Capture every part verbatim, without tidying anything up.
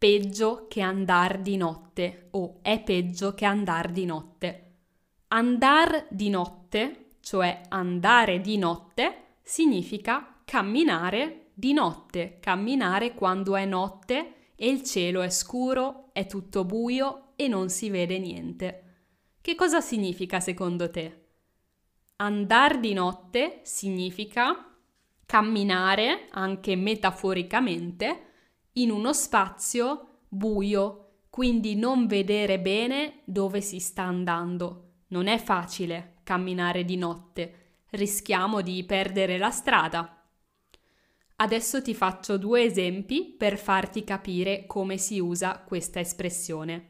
peggio che andar di notte o è peggio che andar di notte. Andar di notte, cioè andare di notte, significa camminare di notte, camminare quando è notte e il cielo è scuro, è tutto buio e non si vede niente. Che cosa significa secondo te? Andar di notte significa camminare, anche metaforicamente, in uno spazio buio, quindi non vedere bene dove si sta andando. Non è facile camminare di notte, rischiamo di perdere la strada. Adesso ti faccio due esempi per farti capire come si usa questa espressione.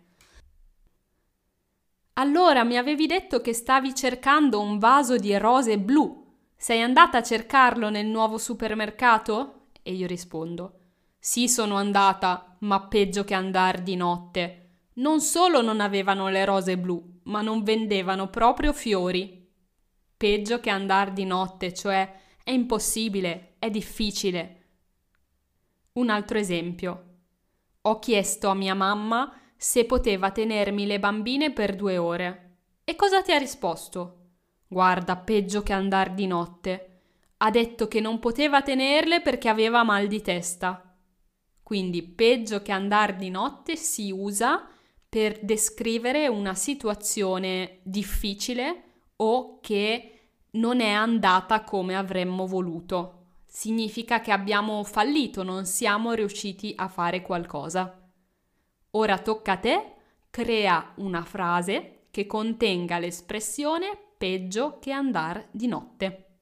Allora, mi avevi detto che stavi cercando un vaso di rose blu. Sei andata a cercarlo nel nuovo supermercato? E io rispondo: sì, sono andata, ma peggio che andar di notte. Non solo non avevano le rose blu, ma non vendevano proprio fiori. Peggio che andar di notte, cioè è impossibile, è difficile. Un altro esempio. Ho chiesto a mia mamma se poteva tenermi le bambine per due ore. E cosa ti ha risposto? Guarda, peggio che andar di notte. Ha detto che non poteva tenerle perché aveva mal di testa. Quindi peggio che andar di notte si usa per descrivere una situazione difficile o che non è andata come avremmo voluto. Significa che abbiamo fallito, non siamo riusciti a fare qualcosa. Ora tocca a te, crea una frase che contenga l'espressione peggio che andar di notte.